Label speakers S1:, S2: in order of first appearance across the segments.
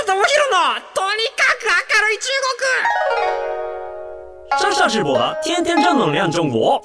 S1: 智弘のとにかく明るい中国。
S2: 上下直播的天天正能量中国。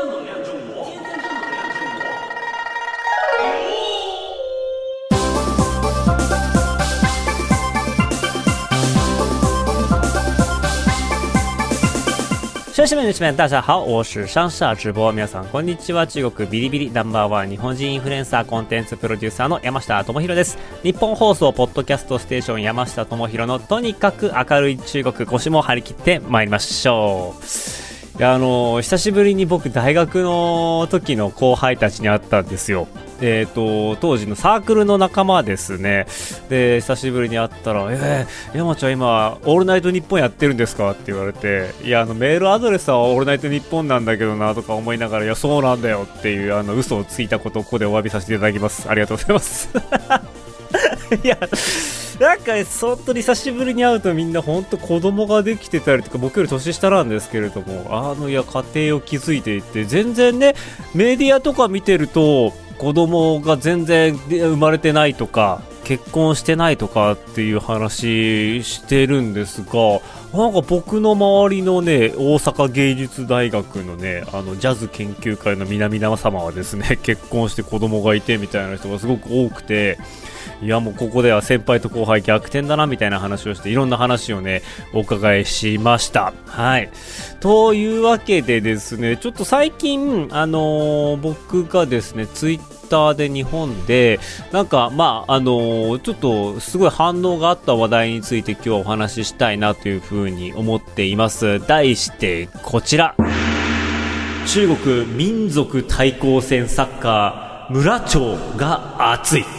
S2: 乡亲们、女士们，大家好，我是上下直播。皆さんこんにちは。中国ビリビリナンバーワン日本人インフルエンサーコンテンツプロデューサーの山下智博です。日本放送ポッドキャストステーション山下智博のとにかく明るい中国、今週も張り切ってまいりましょう。久しぶりに僕大学の時の後輩たちに会ったんですよ。当時のサークルの仲間ですね。で、久しぶりに会ったら、山ちゃん今オールナイトニッポンやってるんですかって言われて、いやメールアドレスはオールナイトニッポンなんだけどなとか思いながら、いやそうなんだよっていう嘘をついたことをここでお詫びさせていただきます。ありがとうございますいやなんか本当に久しぶりに会うとみんな本当子供ができてたりとか、僕より年下なんですけれども、いや家庭を築いていて、全然ねメディアとか見てると子供が全然生まれてないとか結婚してないとかっていう話してるんですが、なんか僕の周りのね大阪芸術大学のねジャズ研究会の皆々様はですね、結婚して子供がいてみたいな人がすごく多くて、いやもうここでは先輩と後輩逆転だなみたいな話をして、いろんな話をねお伺いしました。はい、というわけでですね、ちょっと最近僕がですねツイッターで日本でなんかちょっとすごい反応があった話題について今日はお話ししたいなというふうに思っています。題してこちら、中国民族対抗戦サッカー村長が熱い。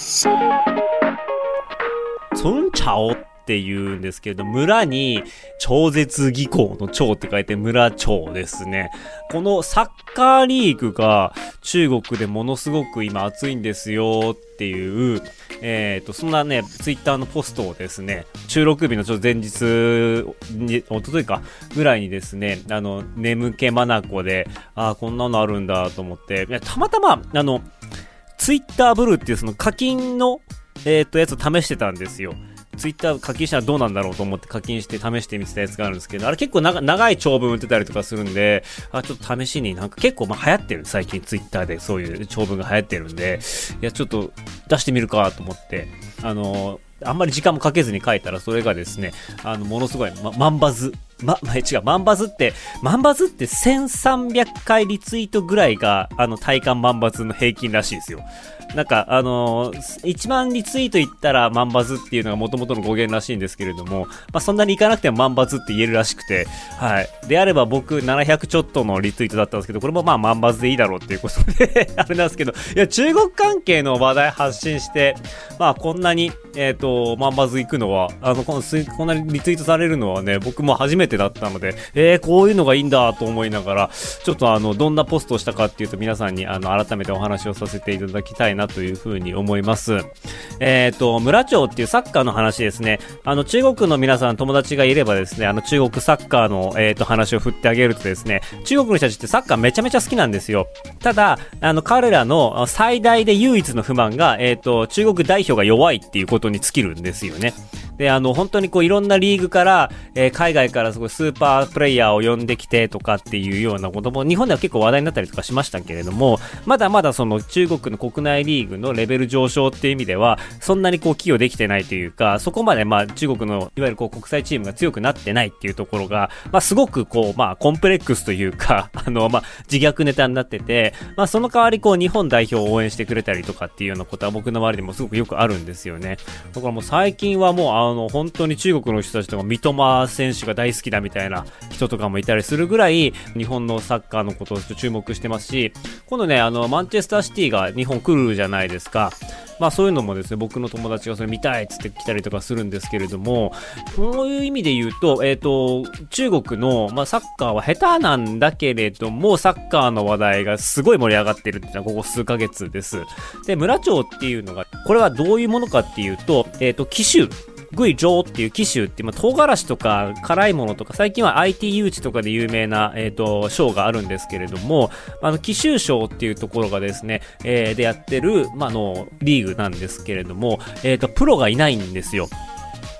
S2: 村長って言うんですけれど、村に超絶技巧の超って書いて村長ですね。このサッカーリーグが中国でものすごく今熱いんですよっていう、そんなねツイッターのポストをですね、収録日のちょっと前日に一昨日かぐらいにですね、眠気まなこでこんなのあるんだと思って、たまたまツイッターブルーっていうその課金のやつを試してたんですよ。ツイッター課金したらどうなんだろうと思って課金して試してみてたやつがあるんですけど、あれ結構長い長文打ってたりとかするんで、ちょっと試しになんか結構流行ってる、最近ツイッターでそういう長文が流行ってるんで、いやちょっと出してみるかと思って、あんまり時間もかけずに書いたら、それがですねものすごい、万バズ万バズって1300回リツイートぐらいが体感万バズの平均らしいですよ。なんか1万リツイートいったら万バズっていうのが元々の語源らしいんですけれども、そんなにいかなくても万バズって言えるらしくて、はい。であれば僕700ちょっとのリツイートだったんですけど、これも万バズでいいだろうっていうことであれなんですけど、いや中国関係の話題発信してこんなに万バズ行くのはこんなにリツイートされるのはね、僕も初めてだったので、こういうのがいいんだと思いながら、ちょっとどんなポストをしたかっていうと、皆さんに改めてお話をさせていただきたいなというふうに思います。村長っていうサッカーの話ですね。中国の皆さん友達がいればですね、中国サッカーの話を振ってあげるとですね、中国の人たちってサッカーめちゃめちゃ好きなんですよ。ただ彼らの最大で唯一の不満が中国代表が弱いっていうことに尽きるんですよね。で本当にいろんなリーグから、海外からすごいスーパープレイヤーを呼んできてとかっていうようなことも日本では結構話題になったりとかしましたけれども、まだまだその中国の国内リーグのレベル上昇っていう意味ではそんなに寄与できてないというか、そこまで中国のいわゆる国際チームが強くなってないっていうところがすごくコンプレックスというか自虐ネタになってて、その代わり日本代表を応援してくれたりとかっていうようなことは僕の周りでもすごくよくあるんですよね。だからもう最近はもう本当に中国の人たちとか三笘選手が大好きだみたいな人とかもいたりするぐらい日本のサッカーのことを注目してますし、今度ねマンチェスターシティが日本来るじゃないですか。そういうのもですね、僕の友達がそれ見たいっつって来たりとかするんですけれども、そういう意味で言うと、中国の、サッカーは下手なんだけれども、サッカーの話題がすごい盛り上がってるっていうのはここ数ヶ月です。で、村長っていうのが、これはどういうものかっていうと、貴州グイジョーっていう貴州って唐辛子とか辛いものとか最近は IT 誘致とかで有名な賞があるんですけれども、貴州省っていうところがですね、でやってるリーグなんですけれども、プロがいないんですよ。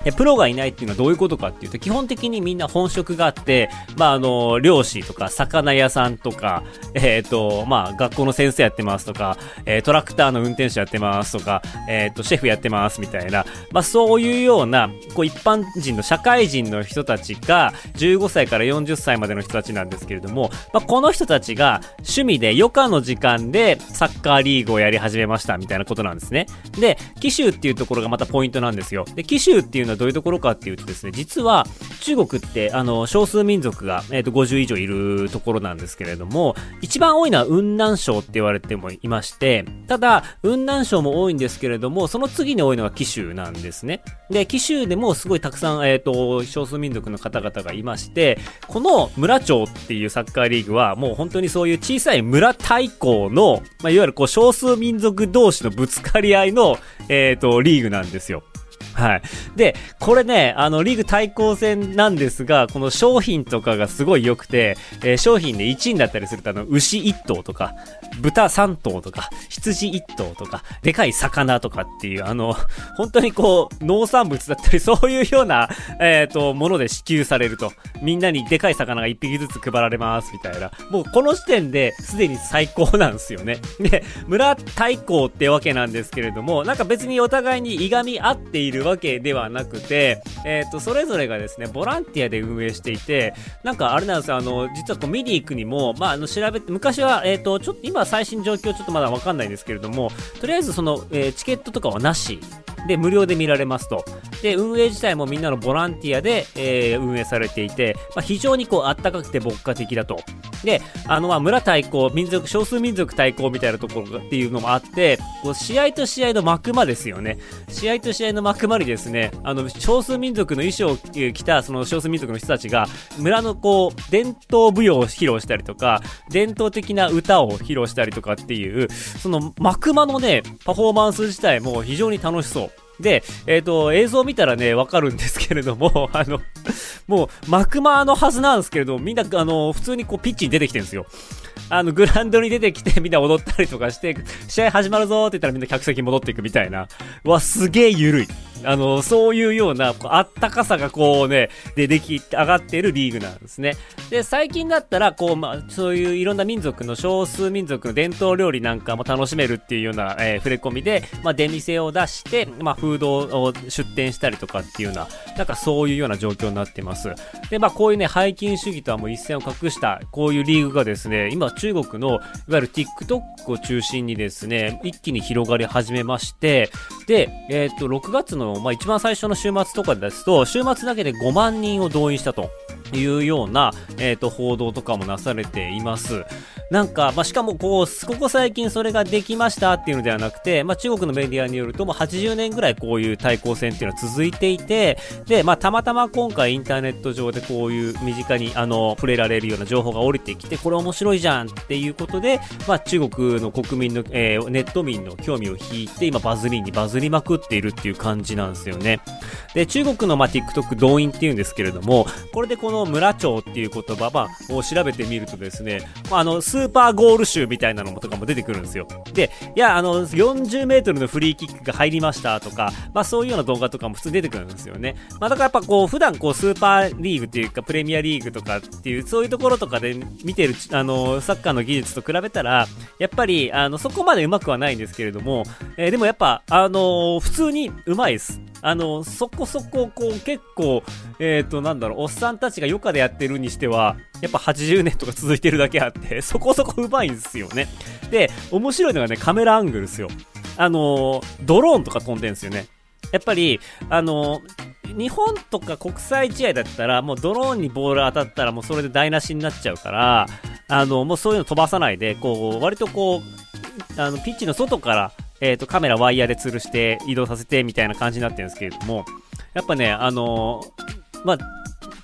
S2: プロがいないっていうのはどういうことかっていうと、基本的にみんな本職があって、漁師とか、魚屋さんとか、学校の先生やってますとか、トラクターの運転手やってますとか、シェフやってますみたいな、そういうような、一般人の社会人の人たちが、15歳から40歳までの人たちなんですけれども、この人たちが趣味で余暇の時間でサッカーリーグをやり始めましたみたいなことなんですね。で、貴州っていうところがまたポイントなんですよ。で、貴州っていうのはどういうところかっていうとですね、実は中国って少数民族が、50以上いるところなんですけれども、一番多いのは雲南省って言われてもいまして、ただ雲南省も多いんですけれども、その次に多いのが貴州なんですね。で、貴州でもすごいたくさん、少数民族の方々がいまして、この村町っていうサッカーリーグはもう本当にそういう小さい村対抗の、いわゆる少数民族同士のぶつかり合いの、リーグなんですよ。はい。で、これね、リーグ対抗戦なんですが、この商品とかがすごい良くて、商品で1位になったりすると、牛1頭とか、豚3頭とか、羊1頭とか、でかい魚とかっていう、本当に農産物だったり、そういうような、もので支給されると。みんなにでかい魚が1匹ずつ配られます、みたいな。もうこの時点ですでに最高なんですよね。で、村対抗ってわけなんですけれども、なんか別にお互いにいがみ合っているわけではなくて、それぞれがですね、ボランティアで運営していて、なんかあれなんですよ、実は見に行くにも、調べて、昔は、ちょっと今最新状況ちょっとまだわかんないんですけれども、とりあえずチケットとかはなしで無料で見られますと。で、運営自体もみんなのボランティアで、運営されていて、非常にあったかくて牧歌的だと。で、村対抗、少数民族対抗みたいなところっていうのもあって、試合と試合の幕間ですよね。試合と試合の幕間にですね、少数民族の衣装を着たその少数民族の人たちが、村の伝統舞踊を披露したりとか、伝統的な歌を披露したりとかっていう、その幕間のね、パフォーマンス自体も非常に楽しそう。で、映像を見たらね、わかるんですけれども、もう、幕間のはずなんですけれども、みんな、普通にピッチに出てきてるんですよ。グラウンドに出てきてみんな踊ったりとかして、試合始まるぞーって言ったらみんな客席に戻っていくみたいな。すげえ緩い。そういうような、あったかさがで、出来上がっているリーグなんですね。で、最近だったら、そういういろんな民族の少数民族の伝統料理なんかも楽しめるっていうような、触れ込みで、出店を出して、フードを出店したりとかっていうような、なんかそういうような状況になっています。で、こういうね、背筋主義とはもう一線を画した、こういうリーグがですね、今中国の、いわゆる TikTok を中心にですね、一気に広がり始めまして、で、6月の一番最初の週末とかですと、週末だけで5万人を動員したというような、報道とかもなされています。なんか、しかもここ最近それができましたっていうのではなくて、中国のメディアによるともう80年ぐらいこういう対抗戦っていうのは続いていて、で、たまたま今回インターネット上でこういう身近に触れられるような情報が降りてきて、これ面白いじゃんっていうことで、中国の国民の、ネット民の興味を引いて、今バズりまくっているっていう感じなんですよね。で、中国のTikTok 動員っていうんですけれども、これでこの村長っていう言葉を調べてみるとですね、スーパーゴール集みたいなのもとかも出てくるんですよ。で、40メートルのフリーキックが入りましたとか、そういうような動画とかも普通に出てくるんですよね。だからやっぱ普段スーパーリーグっていうかプレミアリーグとかっていうそういうところとかで見てるサッカーの技術と比べたらやっぱりそこまで上手くはないんですけれども、でもやっぱ普通に上手いです。そこそこ結構おっさんたちが余暇でやってるにしてはやっぱ80年とか続いてるだけあってそこそこ上手いんですよね。で、面白いのがね、カメラアングルですよ。ドローンとか飛んでるんですよね。やっぱり日本とか国際試合だったらもうドローンにボール当たったらもうそれで台無しになっちゃうからもうそういうの飛ばさないで割とピッチの外からカメラワイヤーで吊るして移動させてみたいな感じになってるんですけれども、やっぱね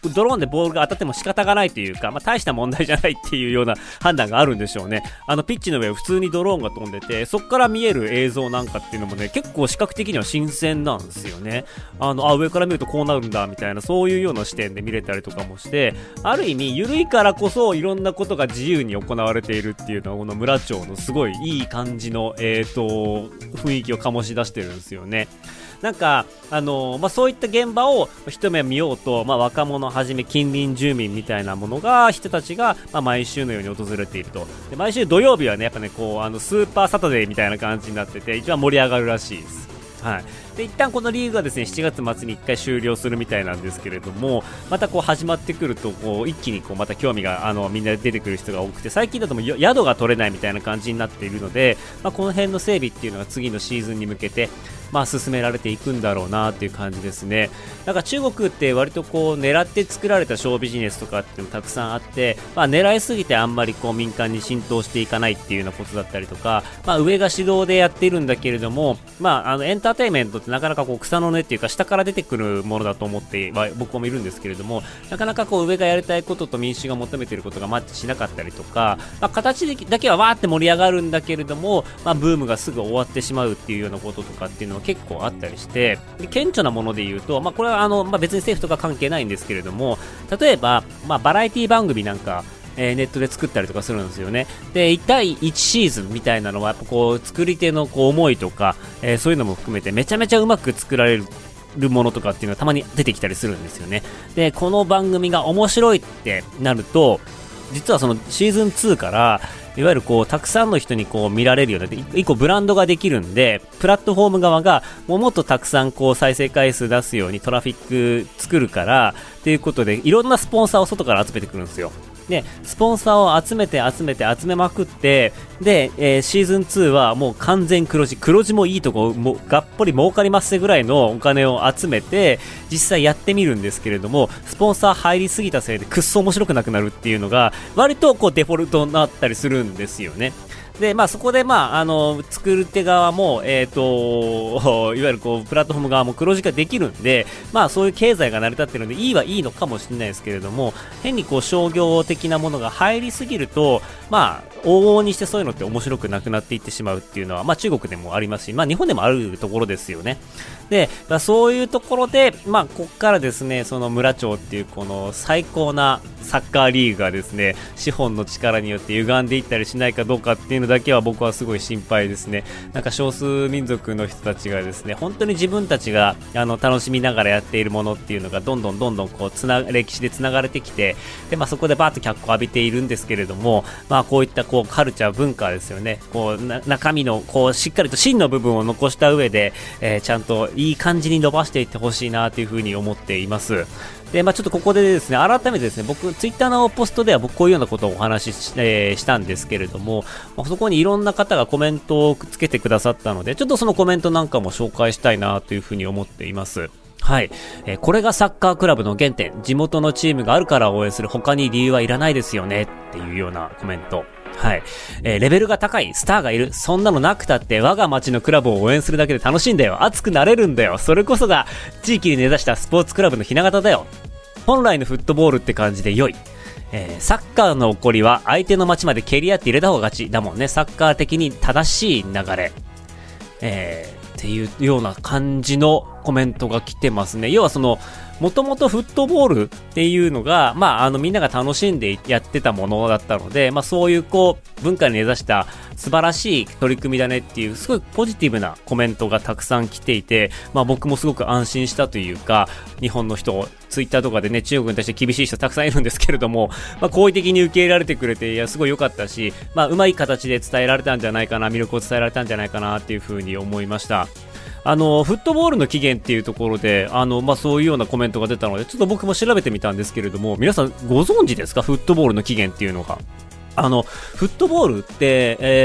S2: ドローンでボールが当たっても仕方がないというか、大した問題じゃないっていうような判断があるんでしょうね。ピッチの上を普通にドローンが飛んでて、そっから見える映像なんかっていうのもね、結構視覚的には新鮮なんですよね。上から見るとこうなるんだみたいな、そういうような視点で見れたりとかもして、ある意味緩いからこそいろんなことが自由に行われているっていうのは、この村長のすごいいい感じの雰囲気を醸し出してるんですよね。なんかそういった現場を一目見ようと、若者はじめ近隣住民みたいな人たちが、毎週のように訪れていると。で、毎週土曜日はね、やっぱね、スーパーサタデーみたいな感じになってて、一番盛り上がるらしいです。はい。で、一旦このリーグがですね、7月末に1回終了するみたいなんですけれども、また始まってくると、一気にまた興味が、みんな出てくる人が多くて、最近だともう宿が取れないみたいな感じになっているので、この辺の整備っていうのが次のシーズンに向けて、進められていくんだろうなっていう感じですね。なんか中国って割と狙って作られたショービジネスとかっていうのたくさんあって、狙いすぎてあんまり民間に浸透していかないっていうようなことだったりとか、上が指導でやっているんだけれども、エンターテインメントってなかなか草の根っていうか下から出てくるものだと思って、僕もいるんですけれども、なかなか上がやりたいことと民主が求めていることがマッチしなかったりとか、形だけはわーって盛り上がるんだけれども、ブームがすぐ終わってしまうっていうようなこととかっていうのは結構あったりして、顕著なもので言うと、これは別に政府とか関係ないんですけれども、例えば、バラエティ番組なんか、ネットで作ったりとかするんですよね。で、第1シーズンみたいなのはやっぱ作り手の思いとか、そういうのも含めてめちゃめちゃうまく作られるものとかっていうのがたまに出てきたりするんですよね。で、この番組が面白いってなると、実はそのシーズン2からいわゆるたくさんの人に見られるような一個ブランドができるんで、プラットフォーム側がもっとたくさん再生回数出すようにトラフィック作るからっていうことで、いろんなスポンサーを外から集めてくるんですよ。で、スポンサーを集めまくって、で、シーズン2はもう完全黒字もいいとこもがっぽり儲かりますぐらいのお金を集めて実際やってみるんですけれども、スポンサー入りすぎたせいでくっそ面白くなくなるっていうのが割とデフォルトになったりするんですよね。で、そこで作る手側もいわゆるプラットフォーム側も黒字化できるんで、そういう経済が成り立ってるのでいいはいいのかもしれないですけれども、変に商業的なものが入りすぎると往々にしてそういうのって面白くなくなっていってしまうっていうのは、中国でもありますし、日本でもあるところですよね。で、そういうところでこっからですね、その村長っていうこの最高なサッカーリーグがですね、資本の力によって歪んでいったりしないかどうかっていうのだけは僕はすごい心配ですね。なんか少数民族の人たちがですね、本当に自分たちが楽しみながらやっているものっていうのがどんどん歴史でつながれてきて、でそこでバーッと脚光を浴びているんですけれども、こういったカルチャー文化ですよね、中身のしっかりと芯の部分を残した上で、ちゃんといい感じに伸ばしていってほしいなというふうに思っています。で、ちょっとここでですね、改めてですね、僕、ツイッターのポストでは僕こういうようなことをお話ししたんですけれども、そこにいろんな方がコメントをつけてくださったので、ちょっとそのコメントなんかも紹介したいなというふうに思っています。はい、これがサッカークラブの原点。地元のチームがあるから応援する。他に理由はいらないですよね。っていうようなコメント。はい。レベルが高い。スターがいる。そんなのなくたって我が町のクラブを応援するだけで楽しいんだよ。熱くなれるんだよ。それこそが地域に根ざしたスポーツクラブのひな形だよ。本来のフットボールって感じで良い。サッカーの起こりは相手の町まで蹴り合って入れた方が勝ちだもんね。サッカー的に正しい流れ。っていうような感じのコメントが来てますね。要はもともとフットボールっていうのが、みんなが楽しんでやってたものだったので、そういう文化に根ざした素晴らしい取り組みだねっていう、すごいポジティブなコメントがたくさん来ていて、僕もすごく安心したというか、日本の人、ツイッターとかでね、中国に対して厳しい人たくさんいるんですけれども、好意的に受け入れられてくれて、いや、すごい良かったし、うまい形で伝えられたんじゃないかな、魅力を伝えられたんじゃないかなっていうふうに思いました。フットボールの起源っていうところで、そういうようなコメントが出たので、ちょっと僕も調べてみたんですけれども、皆さんご存知ですか？フットボールの起源っていうのが。フットボールって、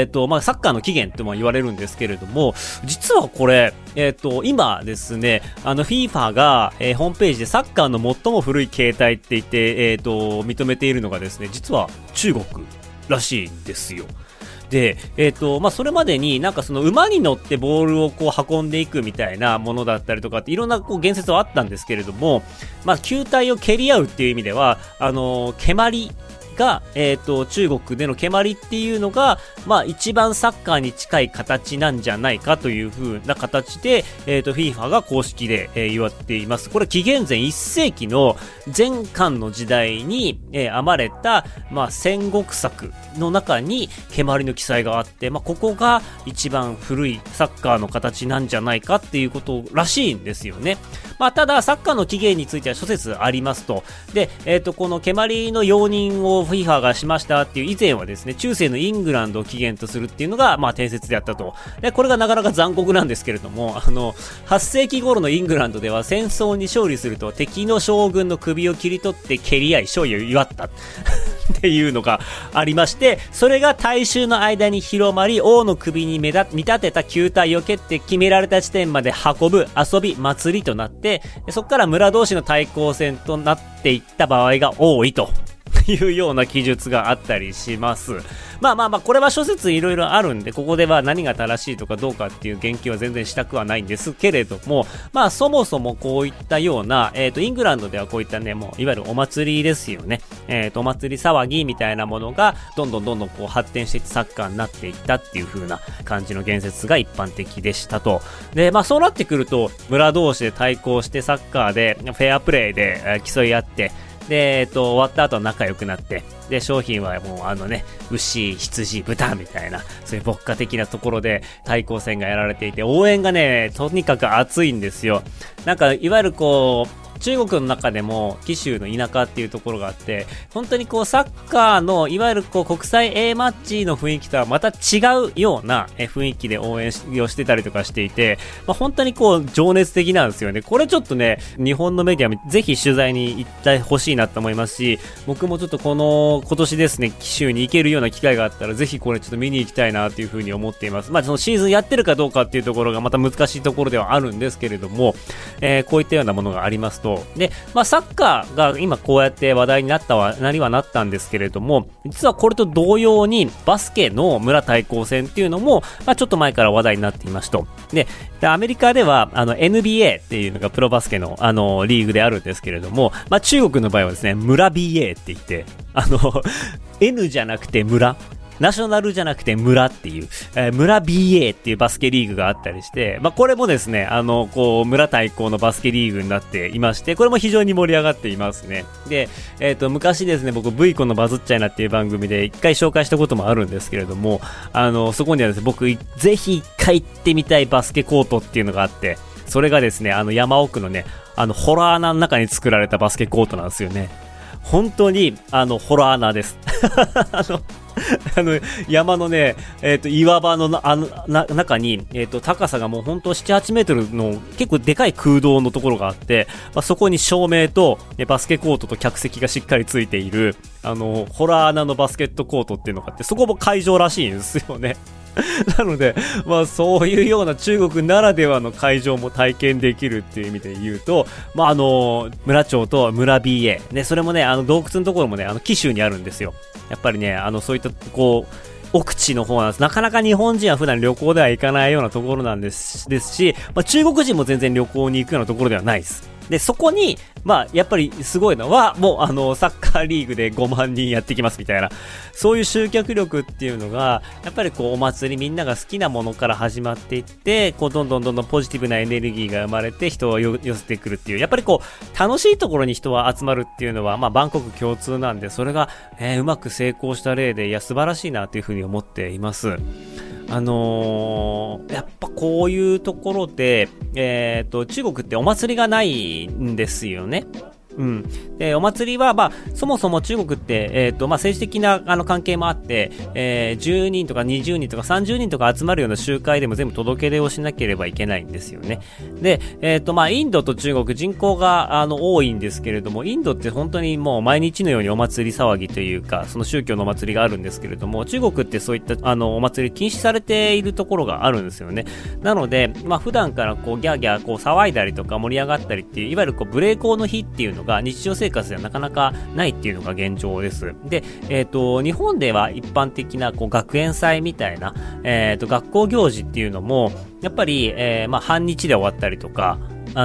S2: サッカーの起源っても言われるんですけれども、実はこれ、今ですね、FIFA が、ホームページでサッカーの最も古い形態って言って、認めているのがですね、実は中国らしいんですよ。 で、それまでになんかその馬に乗ってボールをこう運んでいくみたいなものだったりとかっていろんなこう言説はあったんですけれども、球体を蹴り合うっていう意味では、蹴鞠が、中国での蹴鞠っていうのが、一番サッカーに近い形なんじゃないかという風な形で、FIFA が公式で、言っています。これ紀元前1世紀の前漢の時代に、編まれた、戦国作の中に蹴鞠の記載があって、ここが一番古いサッカーの形なんじゃないかっていうことらしいんですよね。ただサッカーの起源については諸説ありますと。で、この蹴鞠の容認をFIFA がしましたっていう以前はですね、中世のイングランドを起源とするっていうのが定説であったと。で、これがなかなか残酷なんですけれども、8世紀頃のイングランドでは戦争に勝利すると敵の将軍の首を切り取って蹴り合い勝利を祝ったっていうのがありまして、それが大衆の間に広まり、王の首に見立てた球体を蹴って決められた地点まで運ぶ遊び祭りとなって、そこから村同士の対抗戦となっていった場合が多いというような記述があったりします。これは諸説いろいろあるんで、ここでは何が正しいとかどうかっていう言及は全然したくはないんですけれども、そもそもこういったような、イングランドではこういったね、もういわゆるお祭りですよね。お祭り騒ぎみたいなものがどんどんこう発展していってサッカーになっていったっていう風な感じの言説が一般的でしたと。で、そうなってくると村同士で対抗してサッカーでフェアプレーで競い合って、で、終わった後は仲良くなって、で、商品はもう牛、羊、豚みたいな、そういう牧歌的なところで対抗戦がやられていて、応援がね、とにかく熱いんですよ。なんか、いわゆるこう、中国の中でも紀州の田舎っていうところがあって、本当にこうサッカーのいわゆるこう国際 A マッチの雰囲気とはまた違うような雰囲気で応援をしてたりとかしていて、本当にこう情熱的なんですよね。これちょっとね、日本のメディアぜひ取材に行ってほしいなと思いますし、僕もちょっと今年ですね、紀州に行けるような機会があったらぜひこれちょっと見に行きたいなというふうに思っています。そのシーズンやってるかどうかっていうところがまた難しいところではあるんですけれども、こういったようなものがありますと、で、サッカーが今こうやって話題になったんですけれども、実はこれと同様にバスケの村対抗戦っていうのも、ちょっと前から話題になっていました。で、アメリカではNBA っていうのがプロバスケのリーグであるんですけれども、中国の場合はですね、村 BA って言って、N じゃなくて村、ナショナルじゃなくて村っていう、村 BA っていうバスケリーグがあったりして、これもですね、こう、村対抗のバスケリーグになっていまして、これも非常に盛り上がっていますね。で、昔ですね、僕、V コのバズっちゃいなっていう番組で一回紹介したこともあるんですけれども、そこにはですね、僕、ぜひ一回行ってみたいバスケコートっていうのがあって、それがですね、山奥のね、ホラー穴の中に作られたバスケコートなんですよね。本当に、ホラー穴です。山のね、岩場の中に、高さがもう本当7、8メートルの結構でかい空洞のところがあって、そこに照明と、バスケコートと客席がしっかりついている、ホラー穴のバスケットコートっていうのがあって、そこも会場らしいんですよね。なので、そういうような中国ならではの会場も体験できるっていう意味で言うと、村長と村 BA。で、それもね、洞窟のところもね、紀州にあるんですよ。やっぱりね、そういった、こう、奥地の方なんです。なかなか日本人は普段旅行では行かないようなところなんですし、中国人も全然旅行に行くようなところではないです。で、そこに、やっぱりすごいのは、もうサッカーリーグで5万人やってきますみたいな、そういう集客力っていうのが、やっぱりこう、お祭りみんなが好きなものから始まっていって、こう、どんどんポジティブなエネルギーが生まれて人を寄せてくるっていう、やっぱりこう、楽しいところに人は集まるっていうのは、万国共通なんで、それが、うまく成功した例で、いや、素晴らしいなというふうに思っています。やっぱこういうところで、中国ってお祭りがないんですよね。で、お祭りは、そもそも中国って、政治的な、関係もあって、10人とか20人とか30人とか集まるような集会でも全部届け出をしなければいけないんですよね。で、インドと中国人口が、多いんですけれども、インドって本当にもう毎日のようにお祭り騒ぎというか、その宗教のお祭りがあるんですけれども、中国ってそういった、お祭り禁止されているところがあるんですよね。なので、普段からこう、ギャーギャーこう、騒いだりとか盛り上がったりっていう、いわゆるこう、無礼講の日っていうのが日常生活ではなかなかないっていうのが現状です。で、日本では一般的なこう学園祭みたいな、学校行事っていうのも、やっぱり、半日で終わったりとか、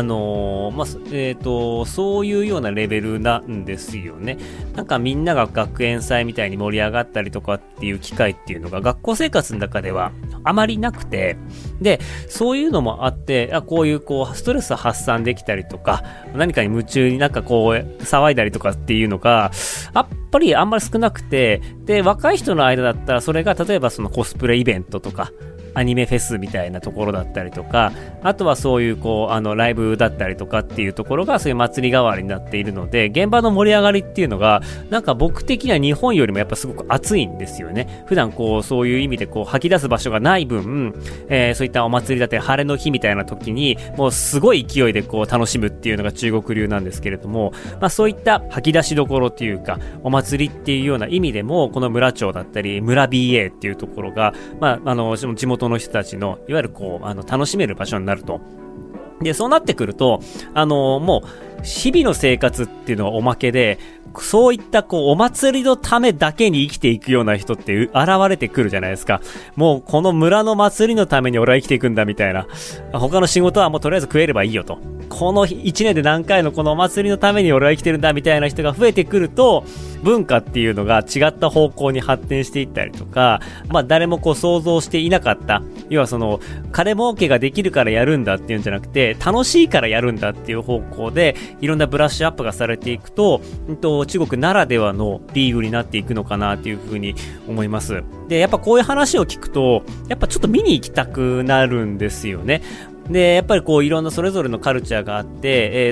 S2: そういうようなレベルなんですよね。なんかみんなが学園祭みたいに盛り上がったりとかっていう機会っていうのが学校生活の中ではあまりなくて、で、そういうのもあって、こういうストレス発散できたりとか、何かに夢中になんか騒いだりとかっていうのが、やっぱりあんまり少なくて、で、若い人の間だったらそれが例えばそのコスプレイベントとか、アニメフェスみたいなところだったりとか、あとはそういうライブだったりとかっていうところがそういう祭り代わりになっているので、現場の盛り上がりっていうのがなんか僕的には日本よりもやっぱすごく熱いんですよね。普段そういう意味で吐き出す場所がない分、そういったお祭りだったり晴れの日みたいな時にもうすごい勢いで楽しむっていうのが中国流なんですけれども、そういった吐き出しどころっていうかお祭りっていうような意味でもこの村町だったり村 BA っていうところが地元の人たちのいわゆる楽しめる場所になると。で、そうなってくるともう日々の生活っていうのはおまけで、そういったお祭りのためだけに生きていくような人って現れてくるじゃないですか。もうこの村の祭りのために俺は生きていくんだみたいな。他の仕事はもうとりあえず食えればいいよと。この1年で何回のこのお祭りのために俺は生きてるんだみたいな人が増えてくると、文化っていうのが違った方向に発展していったりとか、誰も想像していなかった。要は金儲けができるからやるんだっていうんじゃなくて、楽しいからやるんだっていう方向で、いろんなブラッシュアップがされていくと、中国ならではのリーグになっていくのかなっていうふうに思います。で、やっぱこういう話を聞くと、やっぱちょっと見に行きたくなるんですよね。で、やっぱりいろんなそれぞれのカルチャーがあって、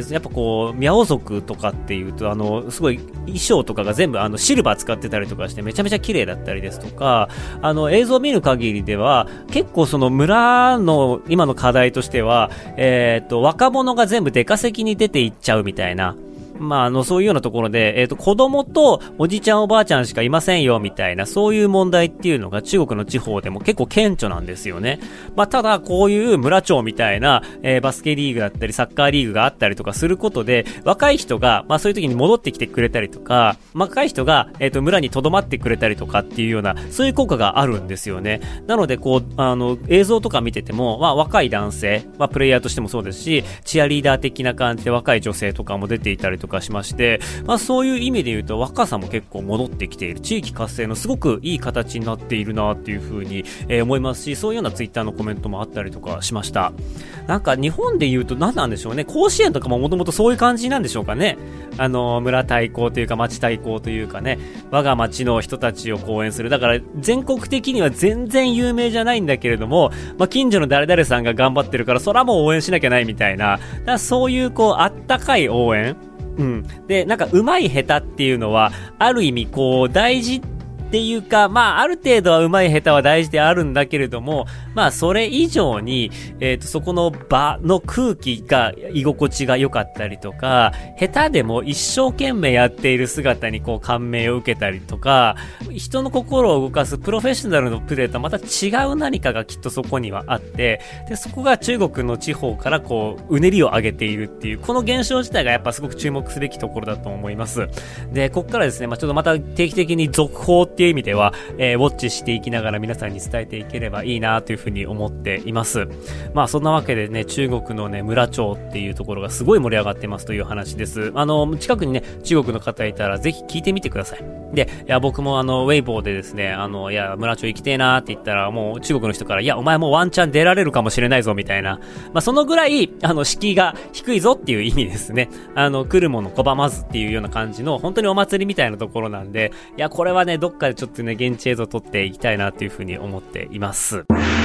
S2: やっぱミャオ族とかっていうと、すごい衣装とかが全部シルバー使ってたりとかしてめちゃめちゃ綺麗だったりですとか、映像を見る限りでは、結構その村の今の課題としては、若者が全部出稼ぎに出ていっちゃうみたいな、そういうようなところで、子供とおじちゃんおばあちゃんしかいませんよ、みたいな、そういう問題っていうのが中国の地方でも結構顕著なんですよね。ただ、こういう村町みたいな、バスケリーグだったり、サッカーリーグがあったりとかすることで、若い人が、そういう時に戻ってきてくれたりとか、若い人が、村に留まってくれたりとかっていうような、そういう効果があるんですよね。なので、映像とか見てても、若い男性、プレイヤーとしてもそうですし、チアリーダー的な感じで若い女性とかも出ていたりとかしまして、そういう意味で言うと若さも結構戻ってきている、地域活性のすごくいい形になっているなっていう風に、思いますし、そういうようなツイッターのコメントもあったりとかしました。なんか日本で言うと何なんでしょうね。甲子園とかももともとそういう感じなんでしょうかね。村対抗というか町対抗というかね、我が町の人たちを応援する。だから全国的には全然有名じゃないんだけれども、近所の誰々さんが頑張ってるからそらもう応援しなきゃないみたいな、だからそういうあったかい応援、で、なんか上手い下手っていうのはある意味大事っていうか、ある程度は上手い下手は大事であるんだけれども、それ以上に、そこの場の空気が居心地が良かったりとか、下手でも一生懸命やっている姿に感銘を受けたりとか、人の心を動かすプロフェッショナルのプレーとはまた違う何かがきっとそこにはあって、で、そこが中国の地方からうねりを上げているっていう、この現象自体がやっぱすごく注目すべきところだと思います。で、ここからですね、ちょっとまた定期的に続報っていう意味では、ウォッチしていきながら皆さんに伝えていければいいなというふうに思っています。そんなわけでね、中国のね、村町っていうところがすごい盛り上がってますという話です。近くにね、中国の方いたらぜひ聞いてみてください。で、僕もウェイボーでですね、村町行きてえなーって言ったら、もう中国の人から、お前もワンチャン出られるかもしれないぞみたいな、そのぐらい、敷居が低いぞっていう意味ですね。来るもの拒まずっていうような感じの、本当にお祭りみたいなところなんで、これはね、どっかでちょっとね、現地映像を撮っていきたいなというふうに思っています。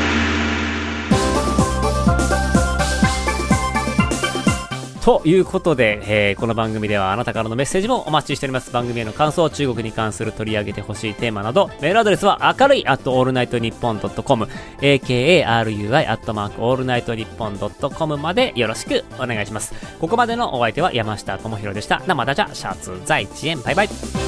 S2: ということで、この番組ではあなたからのメッセージもお待ちしております。番組への感想、中国に関する取り上げてほしいテーマなど、メールアドレスは明るい@allnightnippon.com、akarui@allnightnippon.com までよろしくお願いします。ここまでのお相手は山下智博でした。那么大家下次再见。バイバイ。